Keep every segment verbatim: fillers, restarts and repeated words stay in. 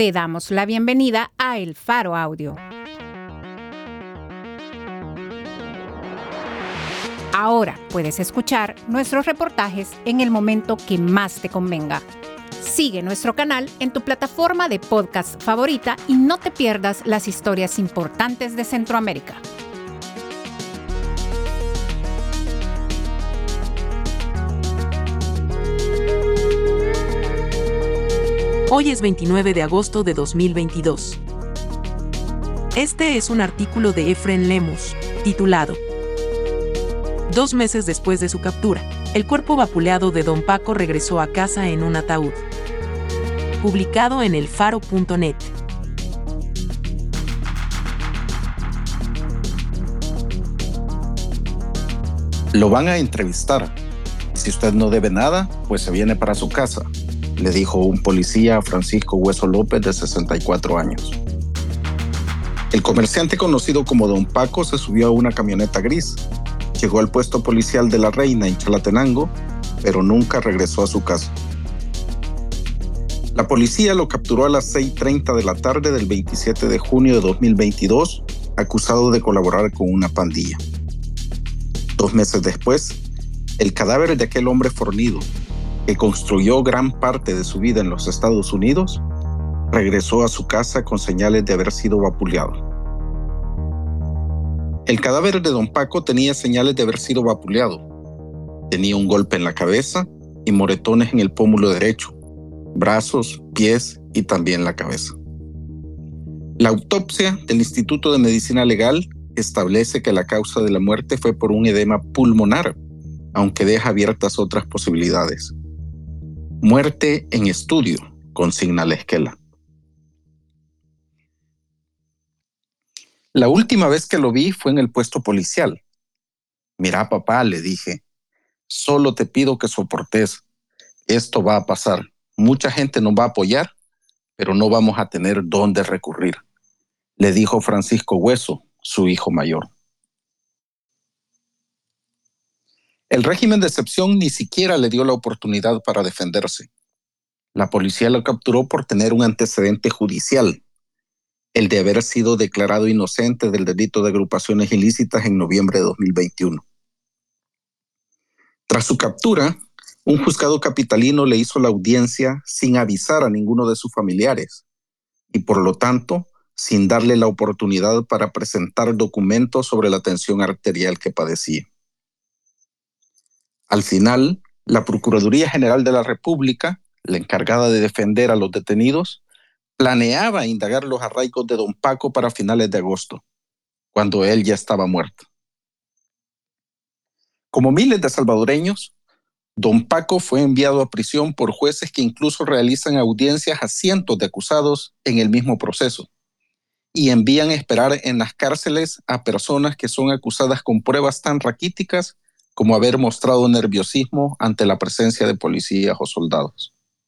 te damos la bienvenida a El Faro Audio. Ahora puedes escuchar nuestros reportajes en el momento que más te convenga. Sigue nuestro canal en tu plataforma de podcast favorita y no te pierdas las historias importantes de Centroamérica. Hoy es veintinueve de agosto de dos mil veintidós. Este es un artículo de Efren Lemus, titulado Dos meses después de su captura, el cuerpo vapuleado de Don Paco regresó a casa en un ataúd. Publicado en el faro punto net. Lo van a entrevistar. Si usted no debe nada, pues se viene para su casa, le dijo un policía a Francisco Hueso López, de sesenta y cuatro años. El comerciante conocido como Don Paco se subió a una camioneta gris. Llegó al puesto policial de La Reina en Chalatenango, pero nunca regresó a su casa. La policía lo capturó a las seis y treinta de la tarde del veintisiete de junio de dos mil veintidós, acusado de colaborar con una pandilla. Dos meses después, el cadáver de aquel hombre fornido, que construyó gran parte de su vida en los Estados Unidos, regresó a su casa con señales de haber sido vapuleado. El cadáver de Don Paco tenía señales de haber sido vapuleado. Tenía un golpe en la cabeza y moretones en el pómulo derecho, brazos, pies y también la cabeza. La autopsia del Instituto de Medicina Legal establece que la causa de la muerte fue por un edema pulmonar, aunque deja abiertas otras posibilidades. Muerte en estudio, consigna la esquela. La última vez que lo vi fue en el puesto policial. Mira, papá, le dije, solo te pido que soportes. Esto va a pasar. Mucha gente nos va a apoyar, pero no vamos a tener dónde recurrir, le dijo Francisco Hueso, su hijo mayor. El régimen de excepción ni siquiera le dio la oportunidad para defenderse. La policía lo capturó por tener un antecedente judicial, el de haber sido declarado inocente del delito de agrupaciones ilícitas en noviembre de dos mil veintiuno. Tras su captura, un juzgado capitalino le hizo la audiencia sin avisar a ninguno de sus familiares y, por lo tanto, sin darle la oportunidad para presentar documentos sobre la tensión arterial que padecía. Al final, la Procuraduría General de la República, la encargada de defender a los detenidos, planeaba indagar los arraigos de Don Paco para finales de agosto, cuando él ya estaba muerto. Como miles de salvadoreños, Don Paco fue enviado a prisión por jueces que incluso realizan audiencias a cientos de acusados en el mismo proceso y envían a esperar en las cárceles a personas que son acusadas con pruebas tan raquíticas como haber mostrado nerviosismo ante la presencia de policías o soldados.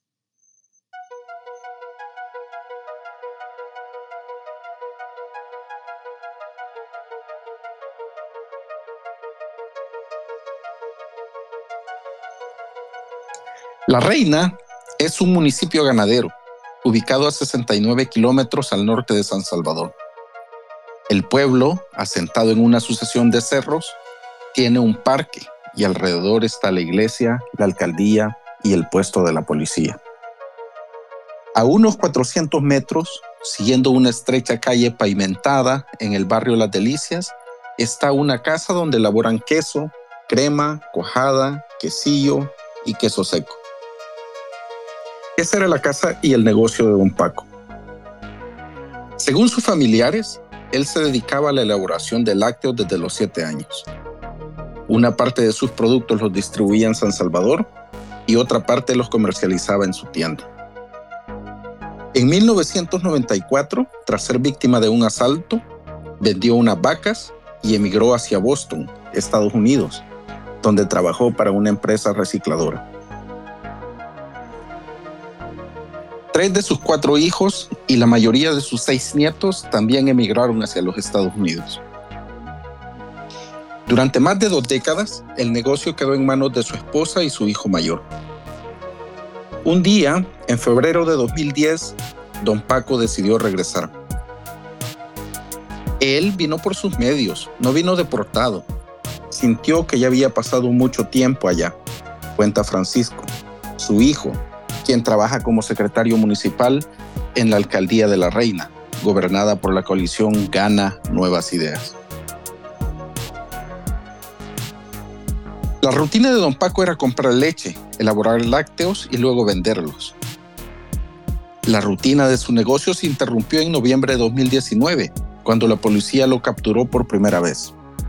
La Reina es un municipio ganadero, ubicado a sesenta y nueve kilómetros al norte de San Salvador. El pueblo, asentado en una sucesión de cerros, tiene un parque y alrededor está la iglesia, la alcaldía y el puesto de la policía. A unos cuatrocientos metros, siguiendo una estrecha calle pavimentada en el barrio Las Delicias, está una casa donde elaboran queso, crema, cuajada, quesillo y queso seco. Esa era la casa y el negocio de Don Paco. Según sus familiares, él se dedicaba a la elaboración de lácteos desde los siete años. Una parte de sus productos los distribuía en San Salvador y otra parte los comercializaba en su tienda. En mil novecientos noventa y cuatro, tras ser víctima de un asalto, vendió unas vacas y emigró hacia Boston, Estados Unidos, donde trabajó para una empresa recicladora. Tres de sus cuatro hijos y la mayoría de sus seis nietos también emigraron hacia los Estados Unidos. Durante más de dos décadas, el negocio quedó en manos de su esposa y su hijo mayor. Un día, en febrero de dos mil diez, don Paco decidió regresar. Él vino por sus medios, no vino deportado. Sintió que ya había pasado mucho tiempo allá, cuenta Francisco, su hijo, quien trabaja como secretario municipal en la alcaldía de La Reina, gobernada por la coalición Gana Nuevas Ideas. La rutina de don Paco era comprar leche, elaborar lácteos y luego venderlos. La rutina de su negocio se interrumpió en noviembre de dos mil diecinueve, cuando la policía lo capturó por primera vez.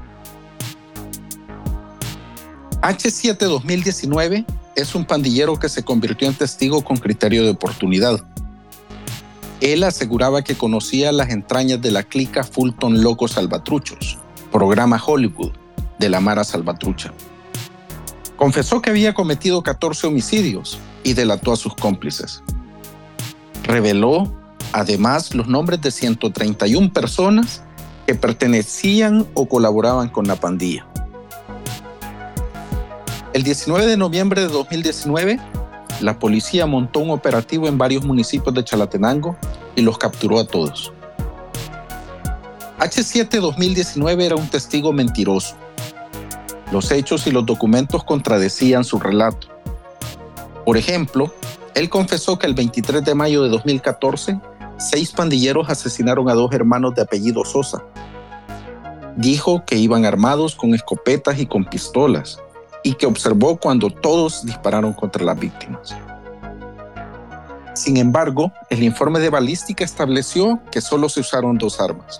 hache siete dos mil diecinueve es un pandillero que se convirtió en testigo con criterio de oportunidad. Él aseguraba que conocía las entrañas de la clica Fulton Locos Salvatruchos, programa Hollywood de la Mara Salvatrucha. Confesó que había cometido catorce homicidios y delató a sus cómplices. Reveló, además, los nombres de ciento treinta y una personas que pertenecían o colaboraban con la pandilla. El diecinueve de noviembre de dos mil diecinueve, la policía montó un operativo en varios municipios de Chalatenango y los capturó a todos. hache siete dos mil diecinueve era un testigo mentiroso. Los hechos y los documentos contradecían su relato. Por ejemplo, él confesó que el veintitrés de mayo de dos mil catorce, seis pandilleros asesinaron a dos hermanos de apellido Sosa. Dijo que iban armados con escopetas y con pistolas, y que observó cuando todos dispararon contra las víctimas. Sin embargo, el informe de balística estableció que solo se usaron dos armas.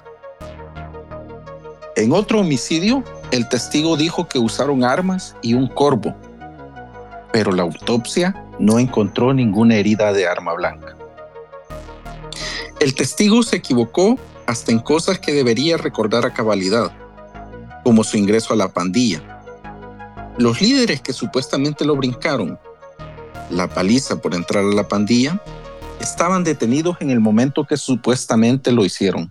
En otro homicidio, el testigo dijo que usaron armas y un corvo, pero la autopsia no encontró ninguna herida de arma blanca. El testigo se equivocó hasta en cosas que debería recordar a cabalidad, como su ingreso a la pandilla. Los líderes que supuestamente lo brincaron, la paliza por entrar a la pandilla, estaban detenidos en el momento que supuestamente lo hicieron.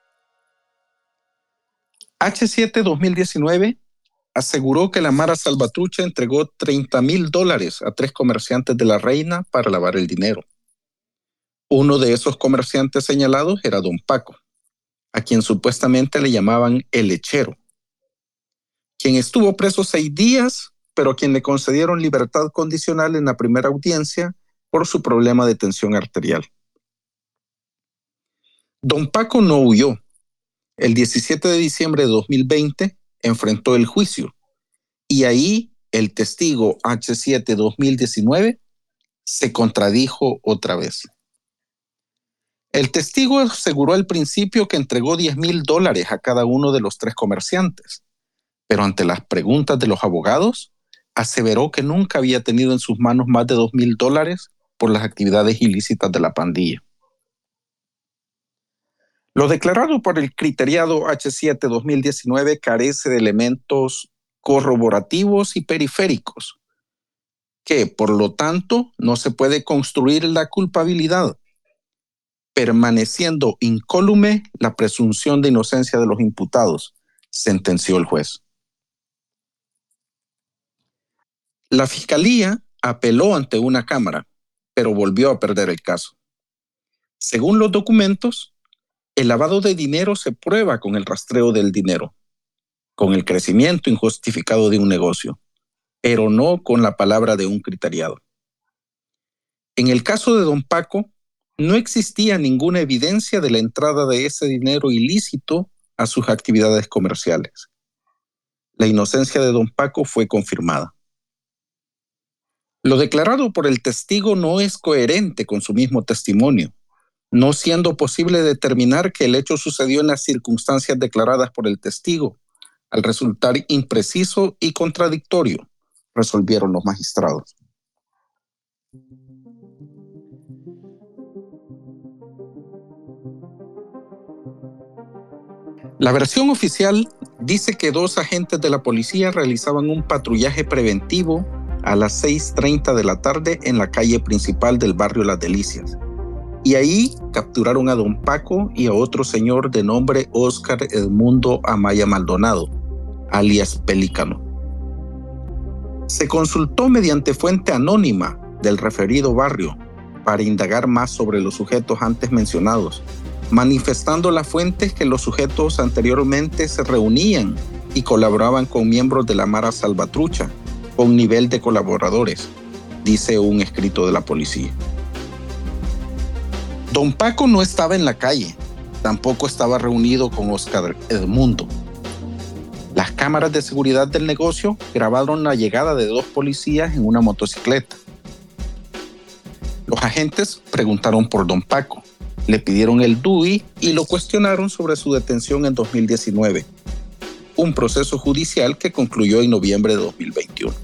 hache siete dos mil diecinueve aseguró que la Mara Salvatrucha entregó treinta mil dólares a tres comerciantes de La Reina para lavar el dinero. Uno de esos comerciantes señalados era don Paco, a quien supuestamente le llamaban el lechero, quien estuvo preso seis días, pero a quien le concedieron libertad condicional en la primera audiencia por su problema de tensión arterial. Don Paco no huyó. El diecisiete de diciembre de dos mil veinte enfrentó el juicio y ahí el testigo hache siete dos mil diecinueve se contradijo otra vez. El testigo aseguró al principio que entregó diez mil dólares a cada uno de los tres comerciantes, pero ante las preguntas de los abogados, aseveró que nunca había tenido en sus manos más de dos mil dólares por las actividades ilícitas de la pandilla. Lo declarado por el criteriado hache siete dos mil diecinueve carece de elementos corroborativos y periféricos, que, por lo tanto, no se puede construir la culpabilidad, permaneciendo incólume la presunción de inocencia de los imputados, sentenció el juez. La fiscalía apeló ante una cámara, pero volvió a perder el caso. Según los documentos, el lavado de dinero se prueba con el rastreo del dinero, con el crecimiento injustificado de un negocio, pero no con la palabra de un criteriado. En el caso de don Paco, no existía ninguna evidencia de la entrada de ese dinero ilícito a sus actividades comerciales. La inocencia de don Paco fue confirmada. Lo declarado por el testigo no es coherente con su mismo testimonio, no siendo posible determinar que el hecho sucedió en las circunstancias declaradas por el testigo, al resultar impreciso y contradictorio, resolvieron los magistrados. La versión oficial dice que dos agentes de la policía realizaban un patrullaje preventivo a las seis treinta de la tarde en la calle principal del barrio Las Delicias. Y ahí capturaron a don Paco y a otro señor de nombre Óscar Edmundo Amaya Maldonado, alias Pelícano. Se consultó mediante fuente anónima del referido barrio para indagar más sobre los sujetos antes mencionados, manifestando las fuentes que los sujetos anteriormente se reunían y colaboraban con miembros de la Mara Salvatrucha, con nivel de colaboradores, dice un escrito de la policía. Don Paco no estaba en la calle, tampoco estaba reunido con Oscar Edmundo. Las cámaras de seguridad del negocio grabaron la llegada de dos policías en una motocicleta. Los agentes preguntaron por Don Paco, le pidieron el D U I y lo cuestionaron sobre su detención en dos mil diecinueve, un proceso judicial que concluyó en noviembre de dos mil veintiuno.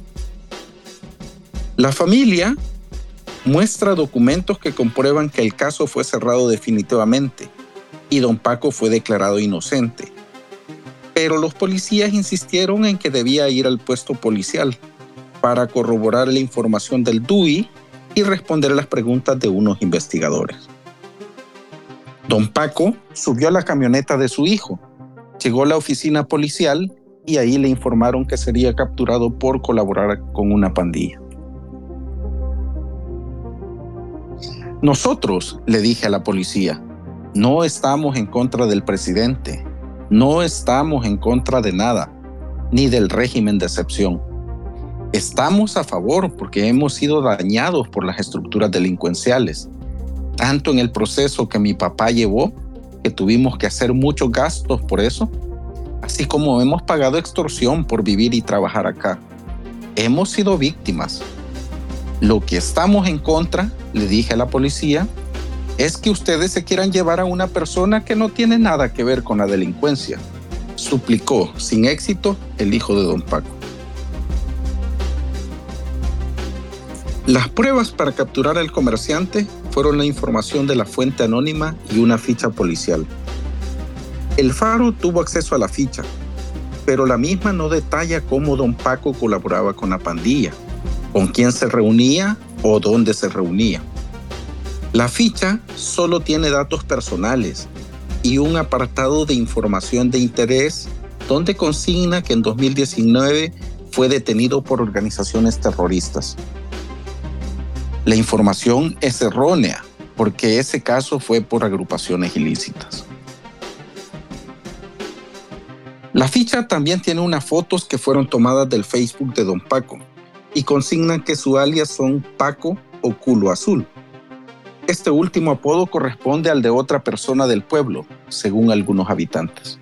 La familia muestra documentos que comprueban que el caso fue cerrado definitivamente y Don Paco fue declarado inocente. Pero los policías insistieron en que debía ir al puesto policial para corroborar la información del D U I y responder las preguntas de unos investigadores. Don Paco subió a la camioneta de su hijo, llegó a la oficina policial y ahí le informaron que sería capturado por colaborar con una pandilla. Nosotros, le dije a la policía, no estamos en contra del presidente, no estamos en contra de nada, ni del régimen de excepción. Estamos a favor porque hemos sido dañados por las estructuras delincuenciales, tanto en el proceso que mi papá llevó, que tuvimos que hacer muchos gastos por eso, así como hemos pagado extorsión por vivir y trabajar acá. Hemos sido víctimas. Lo que estamos en contra, le dije a la policía, es que ustedes se quieran llevar a una persona que no tiene nada que ver con la delincuencia, suplicó sin éxito el hijo de Don Paco. Las pruebas para capturar al comerciante fueron la información de la fuente anónima y una ficha policial. El Faro tuvo acceso a la ficha, pero la misma no detalla cómo Don Paco colaboraba con la pandilla, con quién se reunía o dónde se reunía. La ficha solo tiene datos personales y un apartado de información de interés donde consigna que en dos mil diecinueve fue detenido por organizaciones terroristas. La información es errónea porque ese caso fue por agrupaciones ilícitas. La ficha también tiene unas fotos que fueron tomadas del Facebook de Don Paco y consignan que su alias son Paco o Culo Azul. Este último apodo corresponde al de otra persona del pueblo, según algunos habitantes.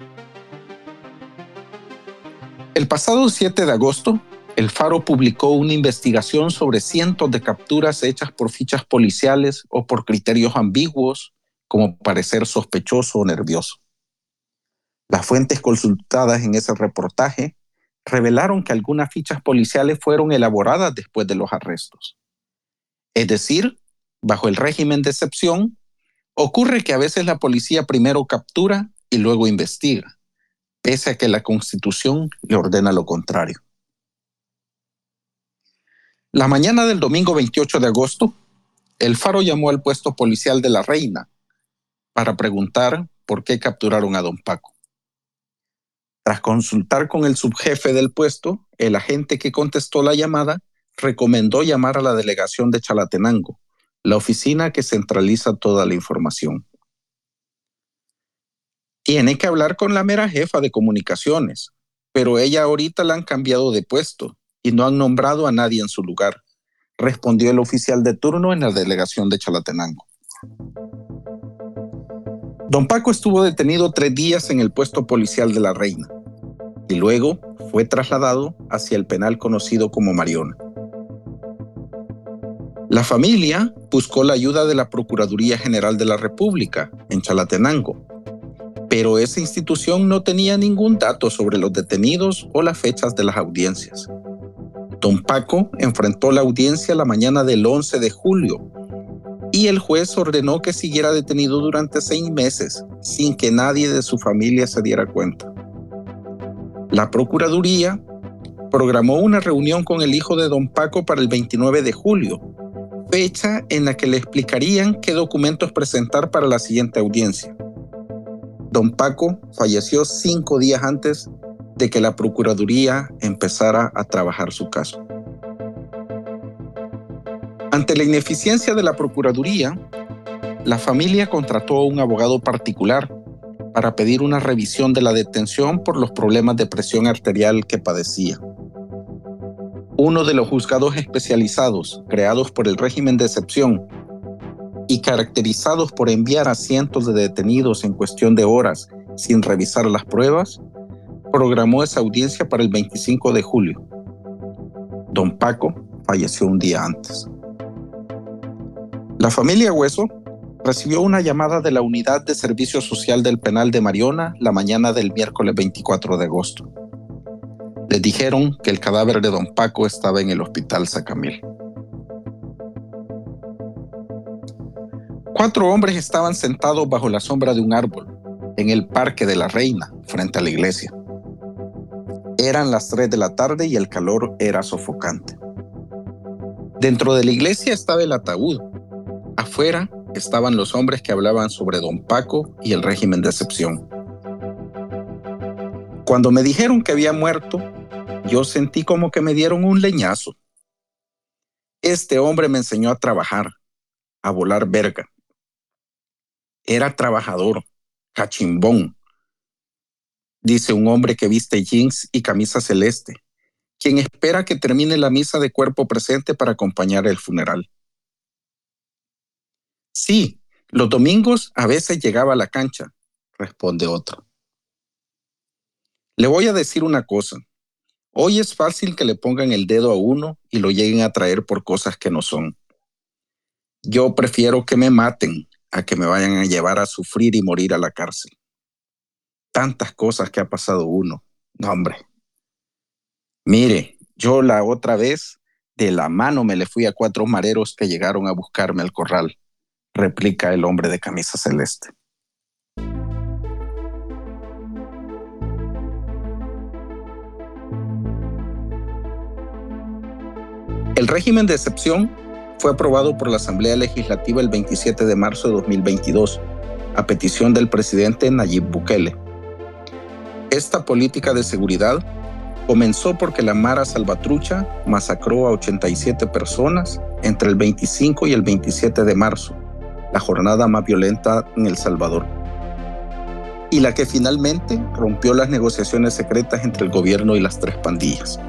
El pasado siete de agosto, el Faro publicó una investigación sobre cientos de capturas hechas por fichas policiales o por criterios ambiguos, como parecer sospechoso o nervioso. Las fuentes consultadas en ese reportaje revelaron que algunas fichas policiales fueron elaboradas después de los arrestos. Es decir, bajo el régimen de excepción, ocurre que a veces la policía primero captura y luego investiga, pese a que la Constitución le ordena lo contrario. La mañana del domingo veintiocho de agosto, el Faro llamó al puesto policial de La Reina para preguntar por qué capturaron a Don Paco. Tras consultar con el subjefe del puesto, el agente que contestó la llamada recomendó llamar a la delegación de Chalatenango, la oficina que centraliza toda la información. Tiene que hablar con la mera jefa de comunicaciones, pero ella ahorita la han cambiado de puesto y no han nombrado a nadie en su lugar, respondió el oficial de turno en la delegación de Chalatenango. Don Paco estuvo detenido tres días en el puesto policial de La Reina y luego fue trasladado hacia el penal conocido como Mariona. La familia buscó la ayuda de la Procuraduría General de la República en Chalatenango, pero esa institución no tenía ningún dato sobre los detenidos o las fechas de las audiencias. Don Paco enfrentó la audiencia la mañana del once de julio y el juez ordenó que siguiera detenido durante seis meses sin que nadie de su familia se diera cuenta. La Procuraduría programó una reunión con el hijo de Don Paco para el veintinueve de julio, fecha en la que le explicarían qué documentos presentar para la siguiente audiencia. Don Paco falleció cinco días antes de que la Procuraduría empezara a trabajar su caso. Ante la ineficiencia de la Procuraduría, la familia contrató a un abogado particular para pedir una revisión de la detención por los problemas de presión arterial que padecía. Uno de los juzgados especializados creados por el régimen de excepción y caracterizados por enviar a cientos de detenidos en cuestión de horas sin revisar las pruebas, programó esa audiencia para el veinticinco de julio. Don Paco falleció un día antes. La familia Hueso recibió una llamada de la Unidad de Servicio Social del Penal de Mariona la mañana del miércoles veinticuatro de agosto. Les dijeron que el cadáver de don Paco estaba en el Hospital Sacamil. Cuatro hombres estaban sentados bajo la sombra de un árbol en el Parque de la Reina, frente a la iglesia. Eran las tres de la tarde y el calor era sofocante. Dentro de la iglesia estaba el ataúd. Afuera estaban los hombres que hablaban sobre don Paco y el régimen de excepción. Cuando me dijeron que había muerto, yo sentí como que me dieron un leñazo. Este hombre me enseñó a trabajar, a volar verga. Era trabajador, cachimbón, dice un hombre que viste jeans y camisa celeste, quien espera que termine la misa de cuerpo presente para acompañar el funeral. Sí, los domingos a veces llegaba a la cancha, responde otro. Le voy a decir una cosa. Hoy es fácil que le pongan el dedo a uno y lo lleguen a traer por cosas que no son. Yo prefiero que me maten a que me vayan a llevar a sufrir y morir a la cárcel. Tantas cosas que ha pasado uno. No, hombre. Mire, yo la otra vez de la mano me le fui a cuatro mareros que llegaron a buscarme al corral, replica el hombre de camisa celeste. El régimen de excepción fue aprobado por la Asamblea Legislativa el veintisiete de marzo de dos mil veintidós, a petición del presidente Nayib Bukele. Esta política de seguridad comenzó porque la Mara Salvatrucha masacró a ochenta y siete personas entre el veinticinco y el veintisiete de marzo, la jornada más violenta en El Salvador, y la que finalmente rompió las negociaciones secretas entre el gobierno y las tres pandillas.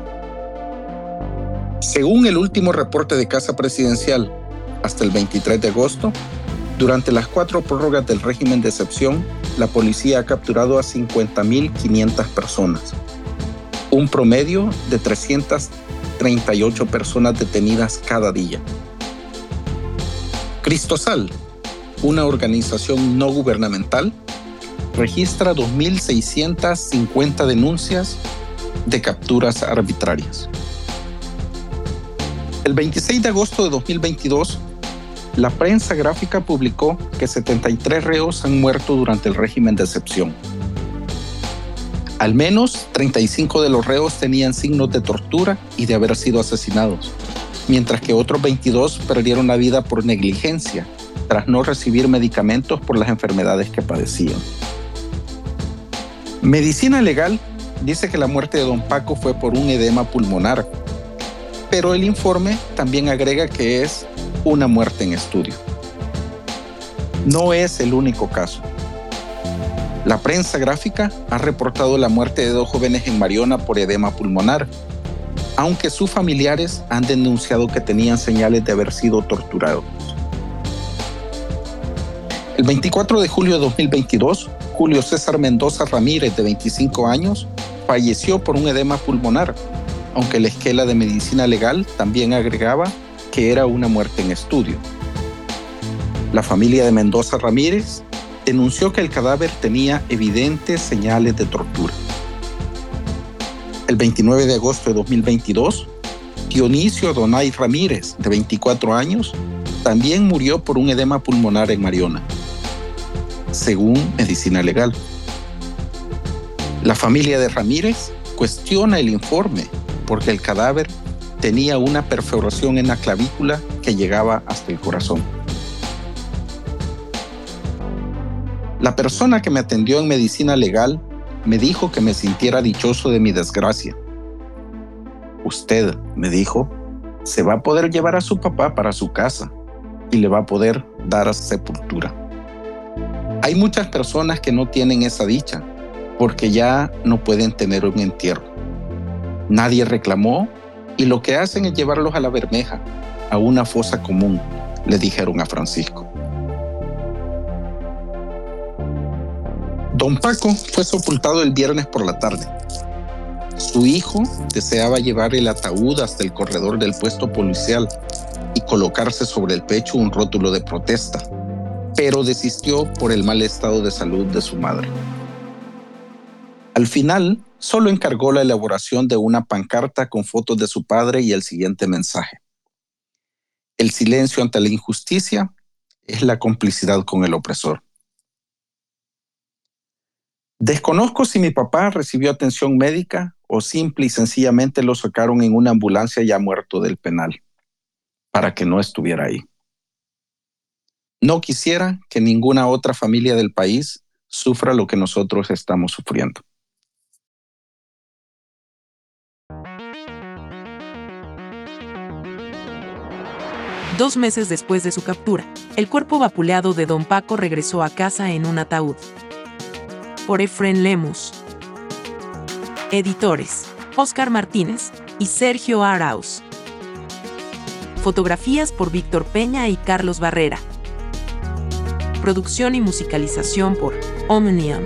Según el último reporte de Casa Presidencial, hasta el veintitrés de agosto, durante las cuatro prórrogas del régimen de excepción, la policía ha capturado a cincuenta mil quinientas personas, un promedio de trescientas treinta y ocho personas detenidas cada día. Cristosal, una organización no gubernamental, registra dos mil seiscientas cincuenta denuncias de capturas arbitrarias. El veintiséis de agosto de dos mil veintidós, la prensa gráfica publicó que setenta y tres reos han muerto durante el régimen de excepción. Al menos treinta y cinco de los reos tenían signos de tortura y de haber sido asesinados, mientras que otros veintidós perdieron la vida por negligencia, tras no recibir medicamentos por las enfermedades que padecían. Medicina Legal dice que la muerte de don Paco fue por un edema pulmonar, pero el informe también agrega que es una muerte en estudio. No es el único caso. La prensa gráfica ha reportado la muerte de dos jóvenes en Mariona por edema pulmonar, aunque sus familiares han denunciado que tenían señales de haber sido torturados. El veinticuatro de julio de dos mil veintidós, Julio César Mendoza Ramírez, de veinticinco años, falleció por un edema pulmonar, aunque la esquela de Medicina Legal también agregaba que era una muerte en estudio. La familia de Mendoza Ramírez denunció que el cadáver tenía evidentes señales de tortura. El veintinueve de agosto de dos mil veintidós, Dionisio Donay Ramírez, de veinticuatro años, también murió por un edema pulmonar en Mariona, según Medicina Legal. La familia de Ramírez cuestiona el informe porque el cadáver tenía una perforación en la clavícula que llegaba hasta el corazón. La persona que me atendió en Medicina Legal me dijo que me sintiera dichoso de mi desgracia. Usted, me dijo, se va a poder llevar a su papá para su casa y le va a poder dar sepultura. Hay muchas personas que no tienen esa dicha porque ya no pueden tener un entierro. Nadie reclamó y lo que hacen es llevarlos a la Bermeja, a una fosa común, le dijeron a Francisco. Don Paco fue sepultado el viernes por la tarde. Su hijo deseaba llevar el ataúd hasta el corredor del puesto policial y colocarse sobre el pecho un rótulo de protesta, pero desistió por el mal estado de salud de su madre. Al final, solo encargó la elaboración de una pancarta con fotos de su padre y el siguiente mensaje: el silencio ante la injusticia es la complicidad con el opresor. Desconozco si mi papá recibió atención médica o simple y sencillamente lo sacaron en una ambulancia ya muerto del penal, para que no estuviera ahí. No quisiera que ninguna otra familia del país sufra lo que nosotros estamos sufriendo. Dos meses después de su captura, el cuerpo vapuleado de Don Paco regresó a casa en un ataúd. Por Efren Lemus. Editores: Óscar Martínez y Sergio Arauz. Fotografías por Víctor Peña y Carlos Barrera. Producción y musicalización por Omnium.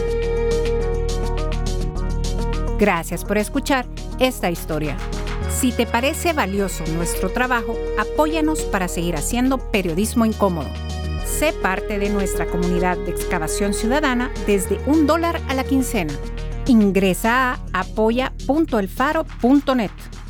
Gracias por escuchar esta historia. Si te parece valioso nuestro trabajo, apóyanos para seguir haciendo periodismo incómodo. Sé parte de nuestra comunidad de excavación ciudadana desde un dólar a la quincena. Ingresa a apoya punto el faro punto net.